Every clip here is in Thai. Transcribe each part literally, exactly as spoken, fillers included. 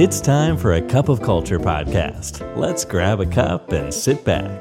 It's time for a cup of culture podcast. Let's grab a cup and sit back.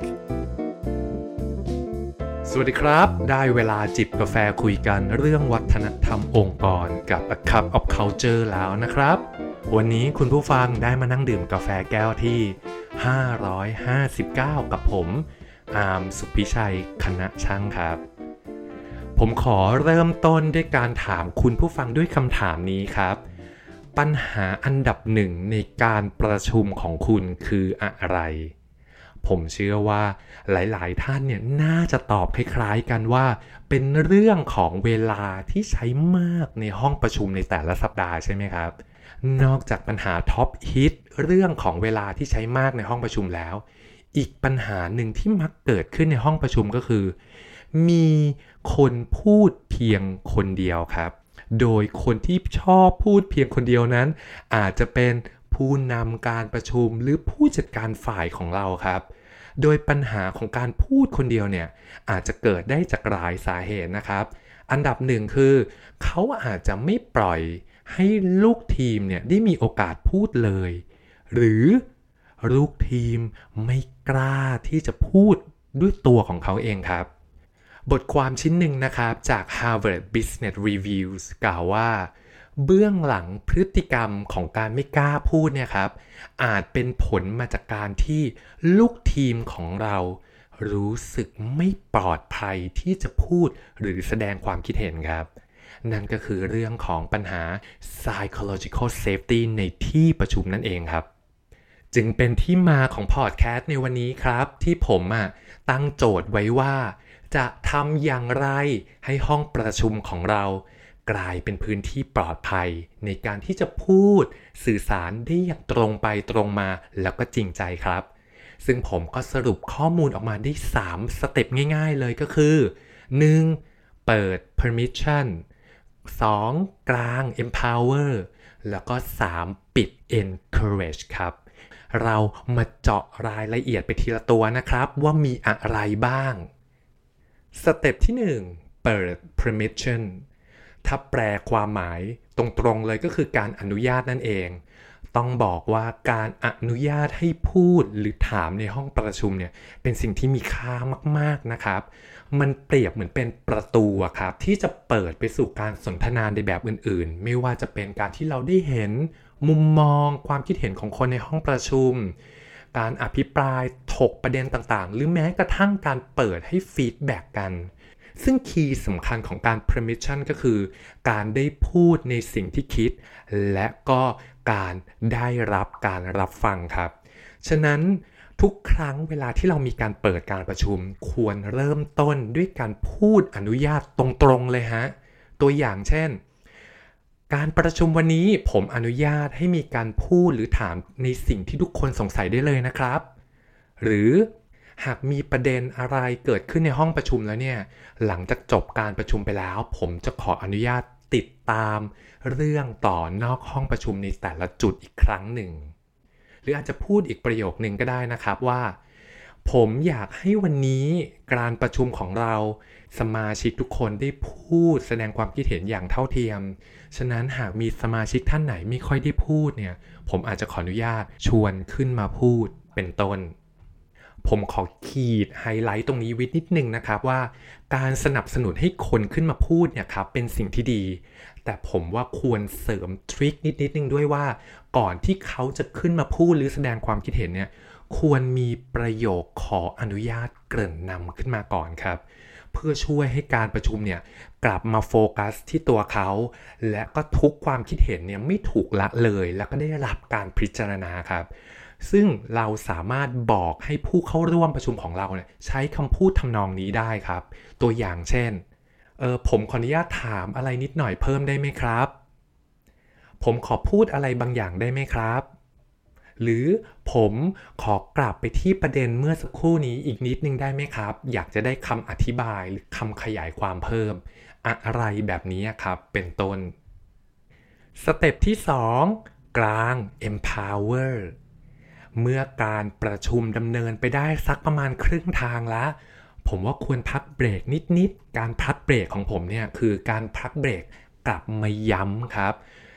สวัสดีครับได้เวลาจิบกาแฟคุยกันเรื่องวัฒนธรรมองค์กรกับ A Cup of Culture แล้วนะครับวันนี้คุณผู้ฟังได้มานั่งดื่มกาแฟแก้วที่ห้าร้อยห้าสิบเก้ากับผมอาร์มสุพิชัยคณะช่างครับผมขอเริ่มต้นด้วยการถามคุณผู้ฟังด้วยคำถามนี้ครับปัญหาอันดับหนึ่งในการประชุมของคุณคืออะไรผมเชื่อว่าหลายๆท่านเนี่ยน่าจะตอบคล้ายๆกันว่าเป็นเรื่องของเวลาที่ใช้มากในห้องประชุมในแต่ละสัปดาห์ใช่ไหมครับนอกจากปัญหาท็อปฮิตเรื่องของเวลาที่ใช้มากในห้องประชุมแล้วอีกปัญหาหนึ่งที่มักเกิดขึ้นในห้องประชุมก็คือมีคนพูดเพียงคนเดียวครับโดยคนที่ชอบพูดเพียงคนเดียวนั้นอาจจะเป็นผู้นำการประชุมหรือผู้จัดการฝ่ายของเราครับโดยปัญหาของการพูดคนเดียวเนี่ยอาจจะเกิดได้จากหลายสาเหตุนะครับอันดับหนึ่งคือเขาอาจจะไม่ปล่อยให้ลูกทีมเนี่ยได้มีโอกาสพูดเลยหรือลูกทีมไม่กล้าที่จะพูดด้วยตัวของเขาเองครับบทความชิ้นหนึ่งนะครับจาก Harvard Business Reviews กล่าวว่าเบื้องหลังพฤติกรรมของการไม่กล้าพูดเนี่ยครับอาจเป็นผลมาจากการที่ลูกทีมของเรารู้สึกไม่ปลอดภัยที่จะพูดหรือแสดงความคิดเห็นครับนั่นก็คือเรื่องของปัญหา psychological safety ในที่ประชุมนั่นเองครับจึงเป็นที่มาของพอดแคสต์ในวันนี้ครับที่ผมอ่ะตั้งโจทย์ไว้ว่าจะทำอย่างไรให้ห้องประชุมของเรากลายเป็นพื้นที่ปลอดภัยในการที่จะพูดสื่อสารได้อย่างตรงไปตรงมาแล้วก็จริงใจครับซึ่งผมก็สรุปข้อมูลออกมาได้สามสเต็ปง่ายๆเลยก็คือหนึ่งเปิด permission สองกลาง empower แล้วก็สามปิด encourage ครับเรามาเจาะรายละเอียดไปทีละตัวนะครับว่ามีอะไรบ้างสเต็ปที่หนึ่งเปิด permission ถ้าแปลความหมายตรงๆเลยก็คือการอนุญาตนั่นเองต้องบอกว่าการอนุญาตให้พูดหรือถามในห้องประชุมเนี่ยเป็นสิ่งที่มีค่ามากๆนะครับมันเปรียบเหมือนเป็นประตูอะครับที่จะเปิดไปสู่การสนทนาในแบบอื่นๆไม่ว่าจะเป็นการที่เราได้เห็นมุมมองความคิดเห็นของคนในห้องประชุมการอภิปรายถกประเด็นต่างๆหรือแม้กระทั่งการเปิดให้ฟีดแบ็กกันซึ่งคีย์สำคัญของการ permission ก็คือการได้พูดในสิ่งที่คิดและก็การได้รับการรับฟังครับฉะนั้นทุกครั้งเวลาที่เรามีการเปิดการประชุมควรเริ่มต้นด้วยการพูดอนุญาตตรงๆเลยฮะตัวอย่างเช่นการประชุมวันนี้ผมอนุญาตให้มีการพูดหรือถามในสิ่งที่ทุกคนสงสัยได้เลยนะครับหรือหากมีประเด็นอะไรเกิดขึ้นในห้องประชุมแล้วเนี่ยหลังจากจบการประชุมไปแล้วผมจะขออนุญาตติดตามเรื่องต่อนอกห้องประชุมในแต่ละจุดอีกครั้งหนึ่งหรืออาจจะพูดอีกประโยคนึงก็ได้นะครับว่าผมอยากให้วันนี้การประชุมของเราสมาชิกทุกคนได้พูดแสดงความคิดเห็นอย่างเท่าเทียมฉะนั้นหากมีสมาชิกท่านไหนไม่ค่อยได้พูดเนี่ยผมอาจจะขออนุญาตชวนขึ้นมาพูดเป็นต้นผมขอขีดไฮไลท์ตรงนี้ไว้นิดนึงนะครับว่าการสนับสนุนให้คนขึ้นมาพูดเนี่ยครับเป็นสิ่งที่ดีแต่ผมว่าควรเสริมทริคนิดนิดนึงด้วยว่าก่อนที่เขาจะขึ้นมาพูดหรือแสดงความคิดเห็นเนี่ยควรมีประโยคขออนุญาตเกริ่นนำขึ้นมาก่อนครับเพื่อช่วยให้การประชุมเนี่ยกลับมาโฟกัสที่ตัวเขาและก็ทุกความคิดเห็นเนี่ยไม่ถูกละเลยแล้วก็ได้รับการพิจารณาครับซึ่งเราสามารถบอกให้ผู้เข้าร่วมประชุมของเราเนี่ยใช้คำพูดทำนองนี้ได้ครับตัวอย่างเช่นเออผมขออนุญาตถามอะไรนิดหน่อยเพิ่มได้ไหมครับผมขอพูดอะไรบางอย่างได้ไหมครับหรือผมขอกลับไปที่ประเด็นเมื่อสักครู่นี้อีกนิดนึงได้ไหมครับอยากจะได้คำอธิบายหรือคำขยายความเพิ่มอะไรแบบนี้ครับเป็นต้นสเต็ปที่สองกลาง empower เมื่อการประชุมดำเนินไปได้สักประมาณครึ่งทางแล้วผมว่าควรพักเบรกนิดๆการพักเบรกของผมเนี่ยคือการพักเบรกกลับมาย้ำครับ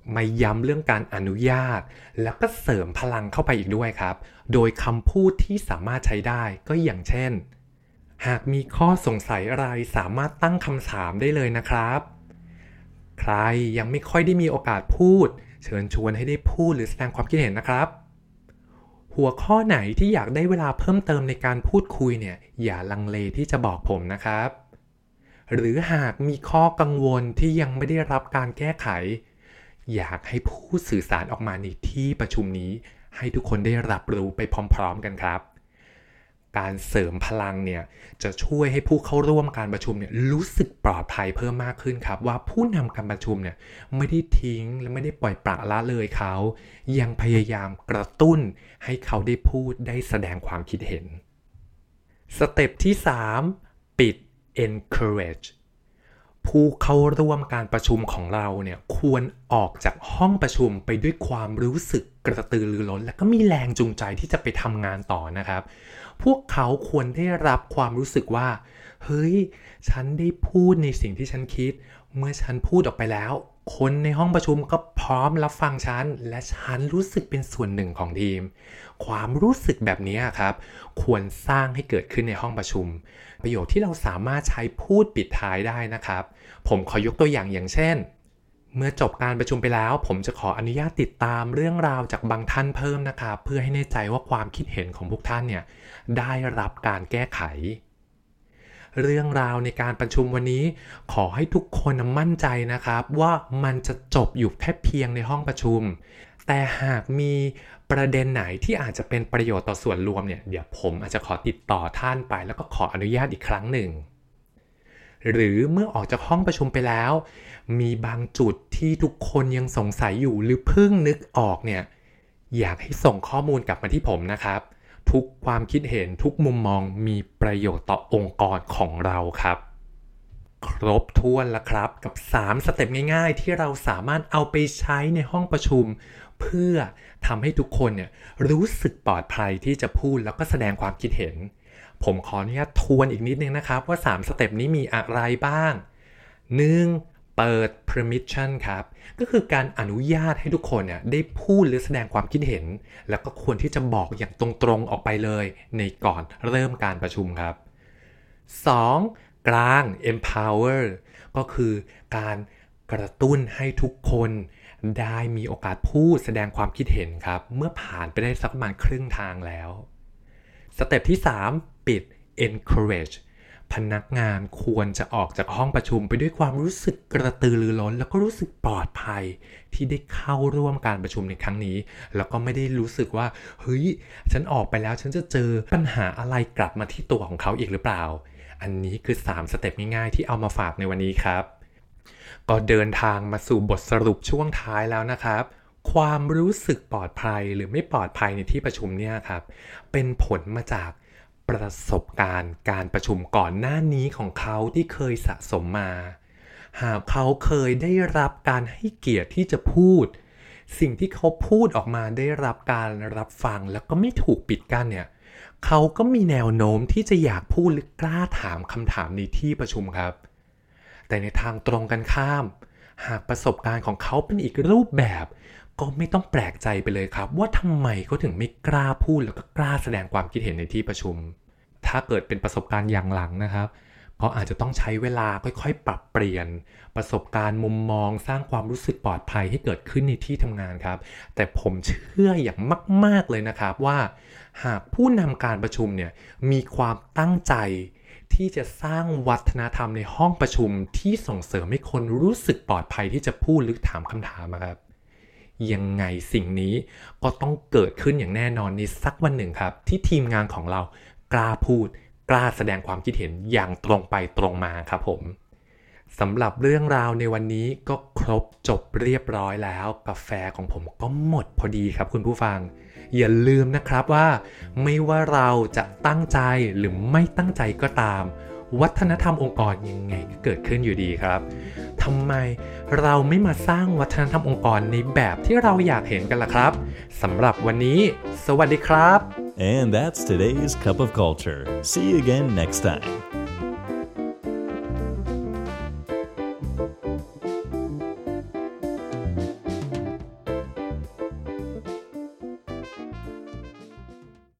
มาย้ำเรื่องการอนุญาตแล้วก็เสริมพลังเข้าไปอีกด้วยครับโดยคำพูดที่สามารถใช้ได้ก็อย่างเช่นหากมีข้อสงสัยอะไรสามารถตั้งคำถามได้เลยนะครับใครยังไม่ค่อยได้มีโอกาสพูดเชิญชวนให้ได้พูดหรือแสดงความคิดเห็นนะครับหัวข้อไหนที่อยากได้เวลาเพิ่มเติมในการพูดคุยเนี่ยอย่าลังเลที่จะบอกผมนะครับหรือหากมีข้อกังวลที่ยังไม่ได้รับการแก้ไขอยากให้ผู้สื่อสารออกมาในที่ประชุมนี้ให้ทุกคนได้รับรู้ไปพร้อมๆกันครับการเสริมพลังเนี่ยจะช่วยให้ผู้เข้าร่วมการประชุมเนี่ยรู้สึกปลอดภัยเพิ่มมากขึ้นครับว่าผู้นำการประชุมเนี่ยไม่ได้ทิ้งและไม่ได้ปล่อยปละละเลยเขายังพยายามกระตุ้นให้เขาได้พูดได้แสดงความคิดเห็นสเต็ปที่สามปิด encourage ผู้เข้าร่วมการประชุมของเราเนี่ยควรออกจากห้องประชุมไปด้วยความรู้สึกกระตือรือร้นและก็มีแรงจูงใจที่จะไปทำงานต่อนะครับพวกเขาควรได้รับความรู้สึกว่าเฮ้ยฉันได้พูดในสิ่งที่ฉันคิดเมื่อฉันพูดออกไปแล้วคนในห้องประชุมก็พร้อมรับฟังฉันและฉันรู้สึกเป็นส่วนหนึ่งของทีมความรู้สึกแบบนี้ครับควรสร้างให้เกิดขึ้นในห้องประชุมประโยคที่เราสามารถใช้พูดปิดท้ายได้นะครับผมขอยกตัวอย่างอย่างเช่นเมื่อจบการประชุมไปแล้วผมจะขออนุญาตติดตามเรื่องราวจากบางท่านเพิ่มนะครับเพื่อให้แน่ใจว่าความคิดเห็นของพวกท่านเนี่ยได้รับการแก้ไขเรื่องราวในการประชุมวันนี้ขอให้ทุกคนมั่นใจนะครับว่ามันจะจบอยู่แค่เพียงในห้องประชุมแต่หากมีประเด็นไหนที่อาจจะเป็นประโยชน์ต่อส่วนรวมเนี่ยเดี๋ยวผมอาจจะขอติดต่อท่านไปแล้วก็ขออนุญาตอีกครั้งหนึ่งหรือเมื่อออกจากห้องประชุมไปแล้วมีบางจุดที่ทุกคนยังสงสัยอยู่หรือเพิ่งนึกออกเนี่ยอยากให้ส่งข้อมูลกลับมาที่ผมนะครับทุกความคิดเห็นทุกมุมมองมีประโยชน์ต่อองค์กรของเราครับครบถ้วนแล้วครับกับสามสเต็ปง่ายๆที่เราสามารถเอาไปใช้ในห้องประชุมเพื่อทำให้ทุกคนเนี่ยรู้สึกปลอดภัยที่จะพูดแล้วก็แสดงความคิดเห็นผมขออนุญาตทวนอีกนิดนึงนะครับว่าสามสเต็ปนี้มีอะไรบ้าง หนึ่ง เปิด permission ครับก็คือการอนุญาตให้ทุกคนเนี่ยได้พูดหรือแสดงความคิดเห็นแล้วก็ควรที่จะบอกอย่างตรงๆออกไปเลยในก่อนเริ่มการประชุมครับ สอง กลาง empower ก็คือการกระตุ้นให้ทุกคนได้มีโอกาสพูดแสดงความคิดเห็นครับเมื่อผ่านไปได้สักประมาณครึ่งทางแล้วสเต็ปที่สามปิด encourage พนักงานควรจะออกจากห้องประชุมไปด้วยความรู้สึกกระตือรือร้นแล้วก็รู้สึกปลอดภัยที่ได้เข้าร่วมการประชุมในครั้งนี้แล้วก็ไม่ได้รู้สึกว่าเฮ้ยฉันออกไปแล้วฉันจะเจอปัญหาอะไรกลับมาที่ตัวของเขาอีกหรือเปล่าอันนี้คือสามสเต็ปง่ายๆที่เอามาฝากในวันนี้ครับก็เดินทางมาสู่บทสรุปช่วงท้ายแล้วนะครับความรู้สึกปลอดภัยหรือไม่ปลอดภัยในที่ประชุมเนี่ยครับเป็นผลมาจากประสบการณ์การประชุมก่อนหน้านี้ของเขาที่เคยสะสมมาหากเขาเคยได้รับการให้เกียรติที่จะพูดสิ่งที่เขาพูดออกมาได้รับการรับฟังแล้วก็ไม่ถูกปิดกั้นเนี่ยเขาก็มีแนวโน้มที่จะอยากพูดหรือกล้าถามคำถามในที่ประชุมครับแต่ในทางตรงกันข้ามหากประสบการณ์ของเขาเป็นอีกรูปแบบก็ไม่ต้องแปลกใจไปเลยครับว่าทำไมเขาถึงไม่กล้าพูดแล้วก็กล้าแสดงความคิดเห็นในที่ประชุมถ้าเกิดเป็นประสบการณ์อย่างหลังนะครับก็อาจจะต้องใช้เวลาค่อยๆปรับเปลี่ยนประสบการณ์มุมมองสร้างความรู้สึกปลอดภัยให้เกิดขึ้นในที่ทำงานครับแต่ผมเชื่ออย่างมากๆเลยนะครับว่าหากผู้นำการประชุมเนี่ยมีความตั้งใจที่จะสร้างวัฒนธรรมในห้องประชุมที่ส่งเสริมให้คนรู้สึกปลอดภัยที่จะพูดหรือถามคำถามครับยังไงสิ่งนี้ก็ต้องเกิดขึ้นอย่างแน่นอนในสักวันหนึ่งครับที่ทีมงานของเรากล้าพูดกล้าแสดงความคิดเห็นอย่างตรงไปตรงมาครับผมสำหรับเรื่องราวในวันนี้ก็ครบจบเรียบร้อยแล้วกาแฟของผมก็หมดพอดีครับคุณผู้ฟังอย่าลืมนะครับว่าไม่ว่าเราจะตั้งใจหรือไม่ตั้งใจก็ตามวัฒนธรรมองค์กรยังไงก็เกิดขึ้นอยู่ดีครับทำไมเราไม่มาสร้างวัฒนธรรมองค์กรในแบบที่เราอยากเห็นกันล่ะครับสำหรับวันนี้สวัสดีครับ And that's today's Cup of Culture. See you again next time.